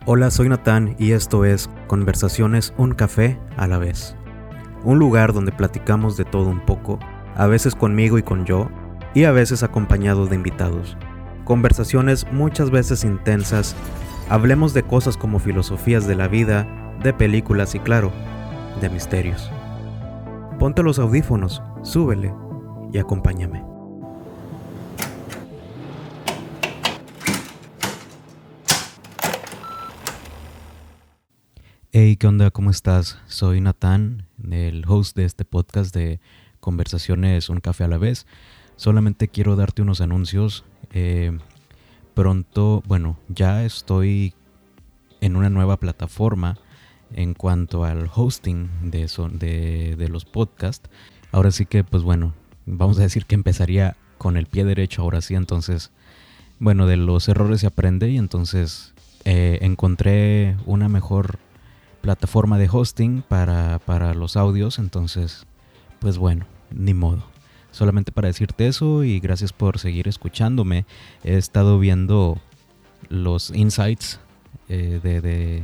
Hola, soy Natán y esto es Conversaciones un café a la vez. Un lugar donde platicamos de todo un poco, a veces conmigo y con yo, y a veces acompañado de invitados. Conversaciones muchas veces intensas, hablemos de cosas como filosofías de la vida, de películas y claro, de misterios. Ponte los audífonos, súbele y acompáñame. Hey, ¿qué onda? ¿Cómo estás? Soy Natán, el host de este podcast de Conversaciones un café a la vez. Solamente quiero darte unos anuncios. Pronto, ya estoy en una nueva plataforma en cuanto al hosting de los podcasts. Ahora sí que, vamos a decir que empezaría con el pie derecho ahora sí. Entonces, de los errores se aprende y entonces encontré una mejor plataforma de hosting para los audios. Entonces, ni modo. Solamente para decirte eso y gracias por seguir escuchándome. He estado viendo los insights de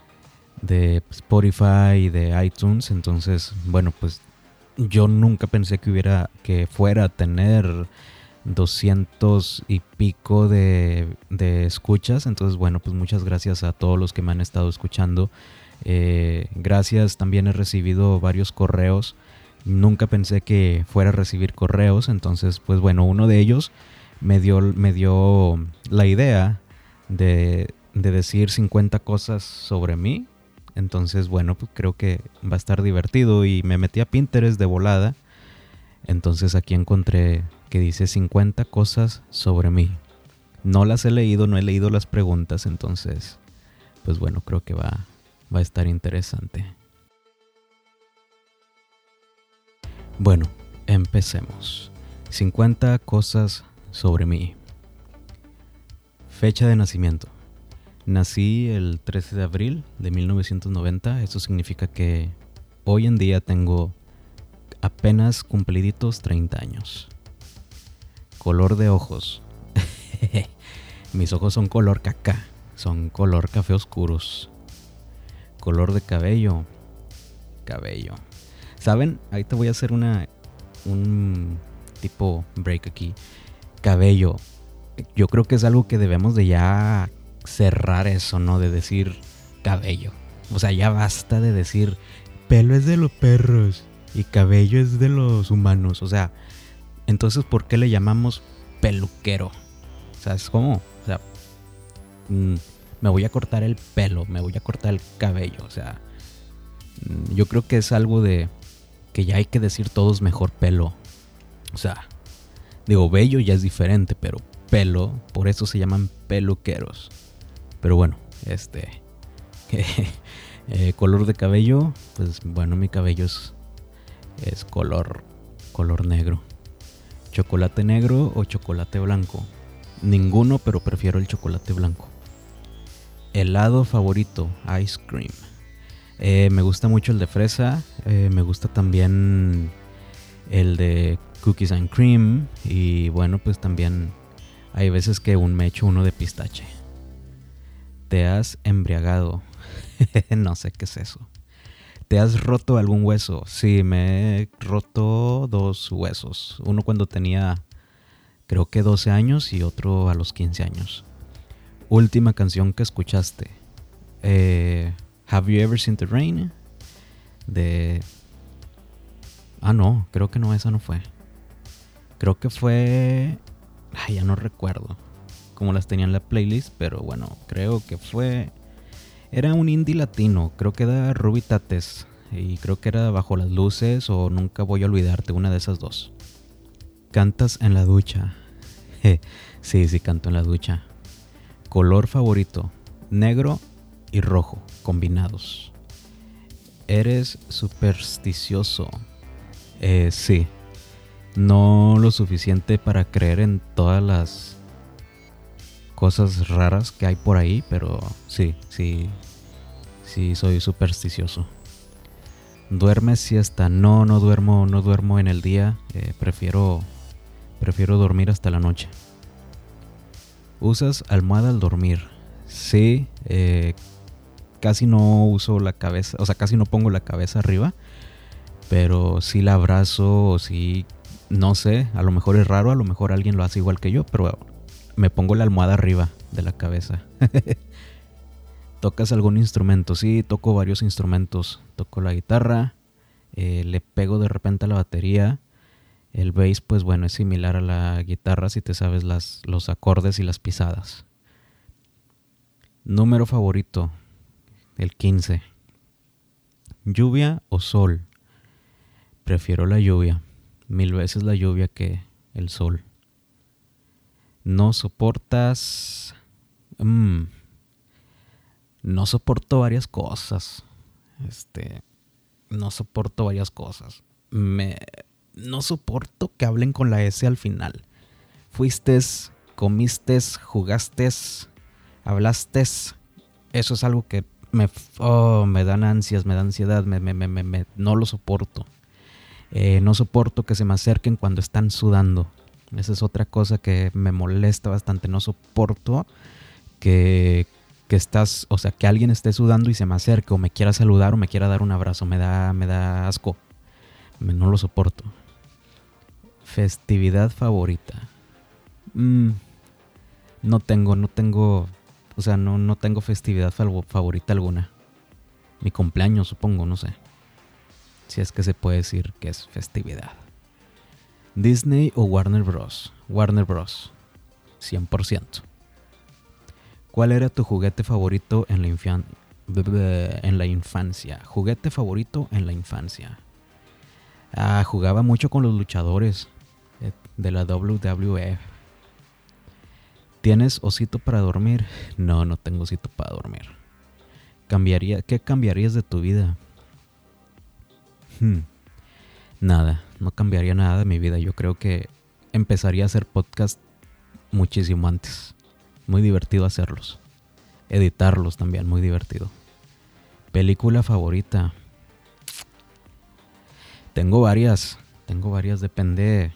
Spotify y de iTunes. Entonces, yo nunca pensé que fuera a tener 200 y pico de escuchas. Entonces, muchas gracias a todos los que me han estado escuchando. Gracias, también he recibido varios correos. Nunca pensé que fuera a recibir correos. Entonces, uno de ellos me dio la idea de decir 50 cosas sobre mí. Entonces, creo que va a estar divertido. Y me metí a Pinterest de volada. Entonces aquí encontré que dice 50 cosas sobre mí. No las he leído, no he leído las preguntas. Entonces, creo que va a estar interesante. Bueno, empecemos. 50 cosas sobre mí. Fecha de nacimiento. Nací el 13 de abril de 1990. Eso significa que hoy en día tengo apenas cumpliditos 30 años. Color de ojos. Mis ojos son color caca. Son color café oscuros. Color de cabello. ¿Saben? Ahí te voy a hacer un tipo break aquí. Cabello. Yo creo que es algo que debemos de ya cerrar eso, ¿no? De decir cabello. O sea, ya basta de decir pelo es de los perros y cabello es de los humanos. O sea, entonces ¿por qué le llamamos peluquero? O sea, es como, o sea, me voy a cortar el pelo, me voy a cortar el cabello. O sea, yo creo que es algo de que ya hay que decir todos mejor pelo. O sea, digo, vello ya es diferente, pero pelo, por eso se llaman peluqueros. Pero color de cabello, mi cabello es color negro. Chocolate negro o chocolate blanco. Ninguno, pero prefiero el chocolate blanco. Helado favorito, ice cream. Me gusta mucho el de fresa. Me gusta también el de cookies and cream. Y también hay veces que me echo uno de pistache. ¿Te has embriagado? No sé qué es eso. ¿Te has roto algún hueso? Sí, me he roto 2 huesos. Uno cuando tenía, creo que 12 años y otro a los 15 años. Última canción que escuchaste. Have You Ever Seen the Rain? No, creo que no, esa no fue. Creo que fue... ya no recuerdo cómo las tenía en la playlist, pero creo que fue... Era un indie latino, creo que era Ruby Tates. Y creo que era Bajo las Luces o Nunca Voy a Olvidarte, una de esas dos. ¿Cantas en la ducha? Sí, canto en la ducha. Color favorito, negro y rojo, combinados. ¿Eres supersticioso? Sí. No lo suficiente para creer en todas las cosas raras que hay por ahí, pero sí, soy supersticioso. ¿Duermes siesta? No duermo en el día. Prefiero dormir hasta la noche. ¿Usas almohada al dormir? Sí, casi no uso la cabeza, o sea, casi no pongo la cabeza arriba, pero sí la abrazo, o sí, no sé, a lo mejor es raro, a lo mejor alguien lo hace igual que yo, pero me pongo la almohada arriba de la cabeza. ¿Tocas algún instrumento? Sí, toco varios instrumentos. Toco la guitarra, le pego de repente a la batería. El bass, pues bueno, es similar a la guitarra si te sabes los acordes y las pisadas. Número favorito, el 15. ¿Lluvia o sol? Prefiero la lluvia. 1000 veces la lluvia que el sol. No soportas... no soporto varias cosas. No soporto varias cosas. No soporto que hablen con la S al final. Fuiste, comiste, jugaste, hablaste. Eso es algo que me dan ansias, me da ansiedad, no lo soporto. No soporto que se me acerquen cuando están sudando. Esa es otra cosa que me molesta bastante. No soporto que o sea, que alguien esté sudando y se me acerque o me quiera saludar o me quiera dar un abrazo. Me da asco. No lo soporto. Festividad favorita. No tengo, o sea, no tengo festividad favorita alguna. Mi cumpleaños, supongo, no sé. Si es que se puede decir que es festividad. Disney o Warner Bros. Warner Bros. 100%. ¿Cuál era tu juguete favorito en la infancia? Juguete favorito en la infancia. Jugaba mucho con los luchadores de la WWF. ¿Tienes osito para dormir? No tengo osito para dormir. ¿Qué cambiarías de tu vida? Nada, no cambiaría nada de mi vida. Yo creo que empezaría a hacer podcast muchísimo antes. Muy divertido hacerlos. Editarlos también, muy divertido. Película favorita. Tengo varias, depende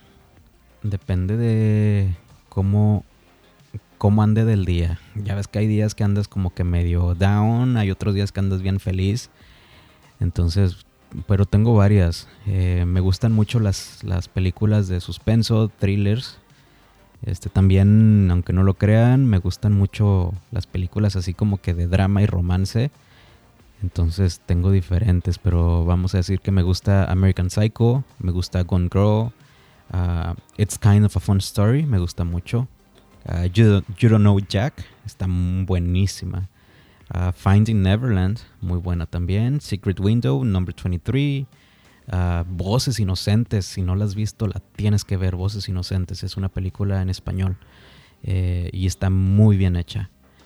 de cómo ande del día. Ya ves que hay días que andas como que medio down, hay otros días que andas bien feliz. Entonces, pero tengo varias. Me gustan mucho las películas de suspenso, thrillers. También, aunque no lo crean, me gustan mucho las películas así como que de drama y romance. Entonces tengo diferentes, pero vamos a decir que me gusta American Psycho, me gusta Gone Girl, It's Kind of a Fun Story, me gusta mucho. You Don't Know Jack, está buenísima. Finding Neverland, muy buena también. Secret Window, Number 23. Voces Inocentes, si no la has visto, la tienes que ver. Voces Inocentes es una película en español y está muy bien hecha.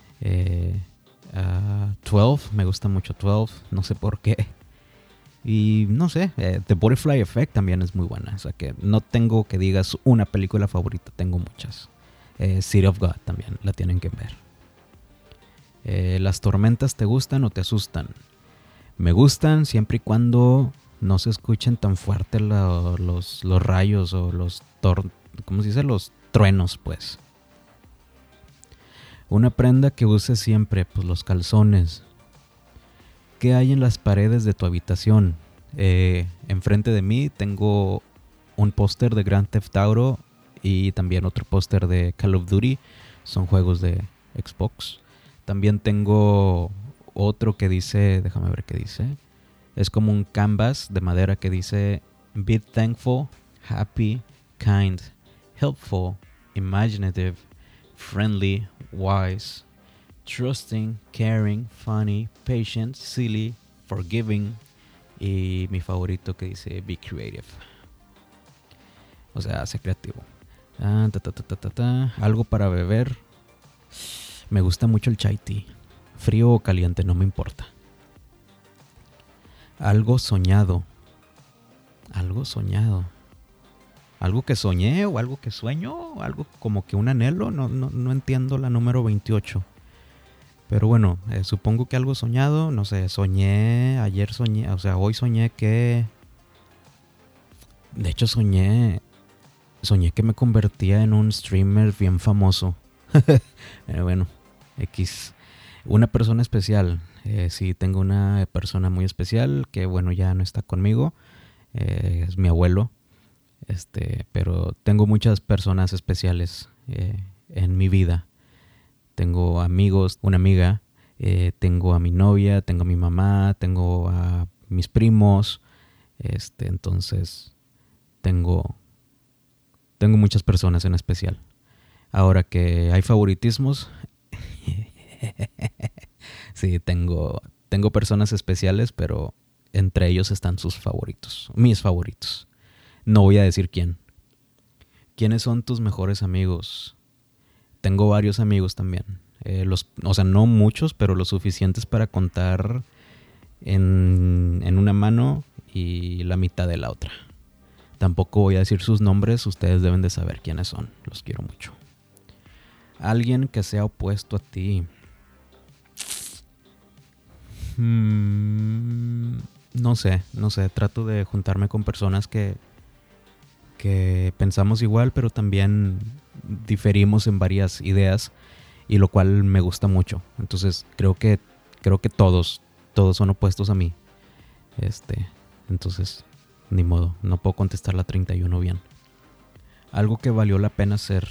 12, me gusta mucho 12, no sé por qué. Y no sé, The Butterfly Effect también es muy buena. O sea que no tengo que digas una película favorita, tengo muchas. City of God también la tienen que ver. ¿Las tormentas te gustan o te asustan? Me gustan siempre y cuando no se escuchen tan fuerte los rayos o ¿cómo se dice? Los truenos, pues. Una prenda que uses siempre, pues los calzones. ¿Qué hay en las paredes de tu habitación? Enfrente de mí tengo un póster de Grand Theft Auto y también otro póster de Call of Duty. Son juegos de Xbox. También tengo otro que dice, déjame ver qué dice. Es como un canvas de madera que dice Be thankful, happy, kind, helpful, imaginative, friendly, wise, trusting, caring, funny, patient, silly, forgiving. Y mi favorito que dice Be creative. O sea, sé creativo. Algo para beber. Me gusta mucho el chai tea. Frío o caliente, no me importa. Algo soñado. Algo soñado. Algo que soñé o algo que sueño. Algo como que un anhelo. No entiendo la número 28. Pero bueno, supongo que algo soñado. No sé, ayer soñé. O sea, hoy soñé que... De hecho soñé que me convertía en un streamer bien famoso. Bueno, X. Una persona especial. Sí, tengo una persona muy especial que, bueno, ya no está conmigo. Es mi abuelo. Pero tengo muchas personas especiales en mi vida. Tengo amigos, una amiga, tengo a mi novia, tengo a mi mamá, tengo a mis primos. Entonces tengo muchas personas en especial. Ahora que hay favoritismos, sí, tengo personas especiales, pero entre ellos están sus favoritos, mis favoritos. No voy a decir quién. ¿Quiénes son tus mejores amigos? Tengo varios amigos también. O sea, no muchos, pero lo suficientes para contar en una mano y la mitad de la otra. Tampoco voy a decir sus nombres, ustedes deben de saber quiénes son. Los quiero mucho. Alguien que sea opuesto a ti. No sé. Trato de juntarme con personas que pensamos igual, pero también diferimos en varias ideas, y lo cual me gusta mucho. Entonces creo que todos son opuestos a mí. Entonces, ni modo, no puedo contestar la 31 bien. Algo que valió la pena hacer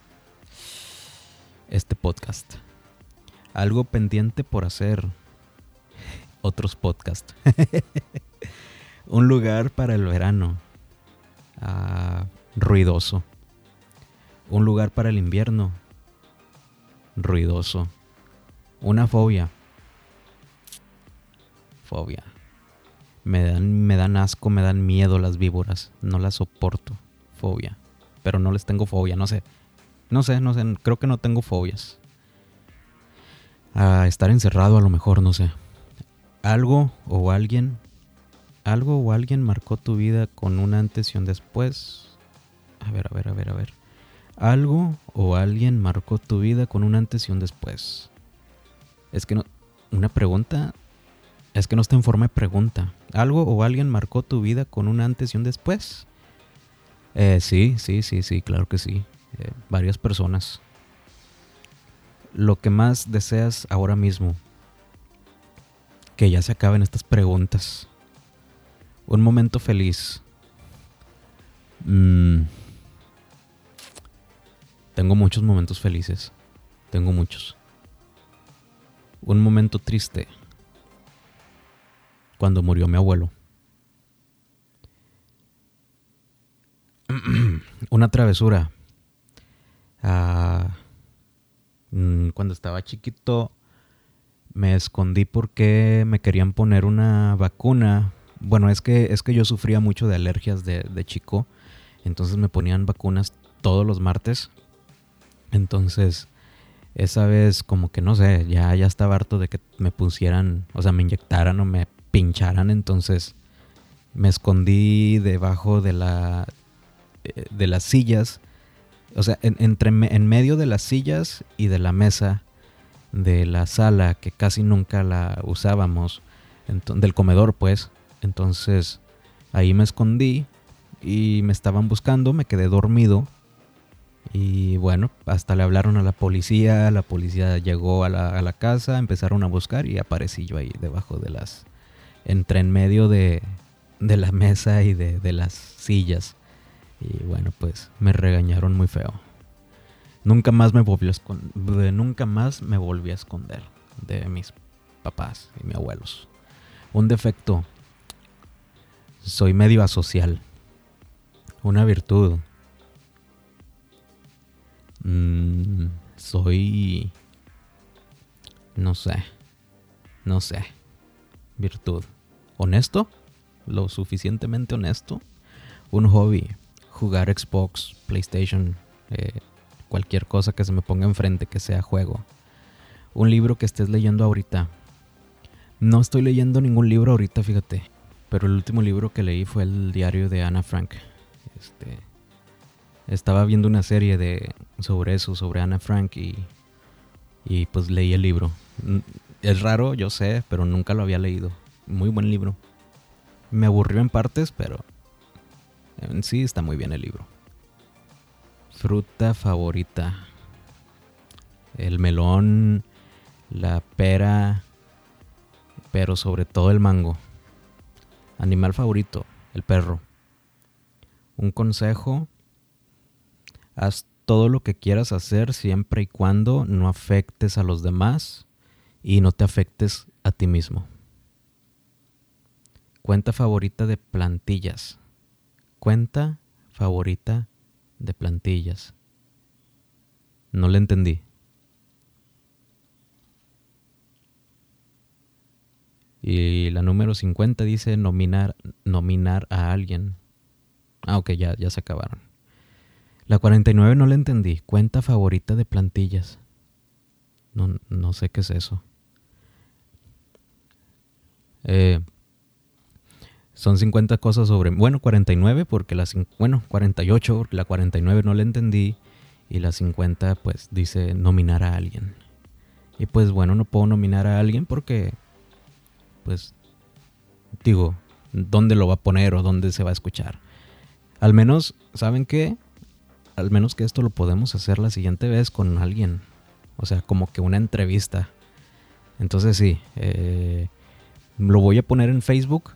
este podcast. Algo pendiente por hacer otros podcasts. Un lugar para el verano. Ruidoso. Un lugar para el invierno. Ruidoso. Una fobia. Me dan asco, me dan miedo las víboras. No las soporto. Fobia. Pero no les tengo fobia, no sé. Creo que no tengo fobias. Estar encerrado a lo mejor, no sé. Algo o alguien marcó tu vida con un antes y un después. A ver. Algo o alguien marcó tu vida con un antes y un después. Es que no... Una pregunta. Es que no está en forma de pregunta. Algo o alguien marcó tu vida con un antes y un después. Sí, claro que sí. Varias personas. Lo que más deseas ahora mismo. Que ya se acaben estas preguntas. Un momento feliz. Tengo muchos momentos felices. Tengo muchos. Un momento triste. Cuando murió mi abuelo. Una travesura. Cuando estaba chiquito me escondí porque me querían poner una vacuna. Bueno, es que yo sufría mucho de alergias de chico. Entonces me ponían vacunas todos los martes. Entonces, esa vez como que no sé, ya estaba harto de que me pusieran, o sea, me inyectaran o me pincharan. Entonces me escondí debajo de las sillas. O sea, en medio de las sillas y de la mesa de la sala, que casi nunca la usábamos, del comedor pues. Entonces ahí me escondí y me estaban buscando, me quedé dormido. Y bueno, hasta le hablaron a la policía llegó a la casa, empezaron a buscar y aparecí yo ahí debajo de en medio de la mesa y de las sillas. Y bueno, pues me regañaron muy feo. Nunca más me volví a esconder de mis papás y mis abuelos. Un defecto. Soy medio asocial. Una virtud. Soy... No sé. Virtud. ¿Honesto? Lo suficientemente honesto. Un hobby. Jugar Xbox, PlayStation, cualquier cosa que se me ponga enfrente que sea juego. Un libro que estés leyendo ahorita. No estoy leyendo ningún libro ahorita, fíjate. Pero el último libro que leí fue el diario de Ana Frank. Estaba viendo una serie sobre Ana Frank y pues leí el libro. Es raro, yo sé, pero nunca lo había leído. Muy buen libro. Me aburrió en partes, pero en sí está muy bien el libro. Fruta favorita. El melón la pera, pero sobre todo el mango. Animal favorito, el perro. Un consejo: haz todo lo que quieras hacer siempre y cuando no afectes a los demás y no te afectes a ti mismo. Cuenta favorita de plantillas. Cuenta favorita de plantillas. No le entendí. Y la número 50 dice nominar a alguien. Ah, ok, ya se acabaron. La 49 no la entendí. Cuenta favorita de plantillas. No sé qué es eso. Son 50 cosas sobre... Bueno, 49 porque 48 porque la 49 no la entendí. Y la 50 pues dice nominar a alguien. Y pues bueno, no puedo nominar a alguien porque... Pues digo, ¿dónde lo va a poner o dónde se va a escuchar? Al menos, ¿saben qué? Al menos que esto lo podemos hacer la siguiente vez con alguien. O sea, como que una entrevista. Entonces sí, lo voy a poner en Facebook.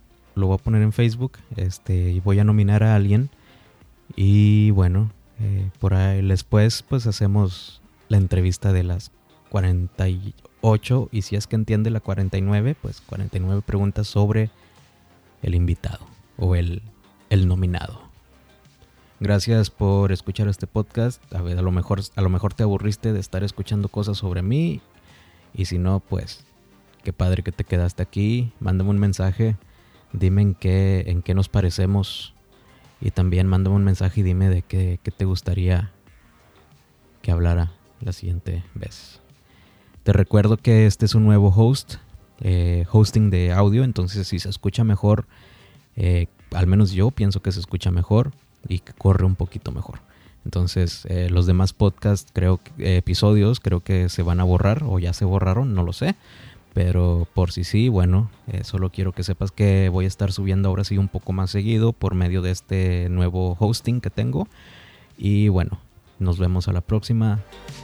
Y voy a nominar a alguien. Y bueno, por ahí después pues hacemos la entrevista de las 48. Y si es que entiende la 49, pues 49 preguntas sobre el invitado o el nominado. Gracias por escuchar este podcast. A lo mejor te aburriste de estar escuchando cosas sobre mí. Y si no, pues qué padre que te quedaste aquí. Mándame un mensaje. Dime en qué nos parecemos. Y también mándame un mensaje y dime de qué te gustaría que hablara la siguiente vez. Te recuerdo que este es un nuevo hosting de audio. Entonces si se escucha mejor, al menos yo pienso que se escucha mejor y que corre un poquito mejor. Entonces los demás podcasts, episodios, creo que se van a borrar o ya se borraron, no lo sé. Pero por si sí, bueno, solo quiero que sepas que voy a estar subiendo ahora sí un poco más seguido por medio de este nuevo hosting que tengo. Y bueno, nos vemos a la próxima.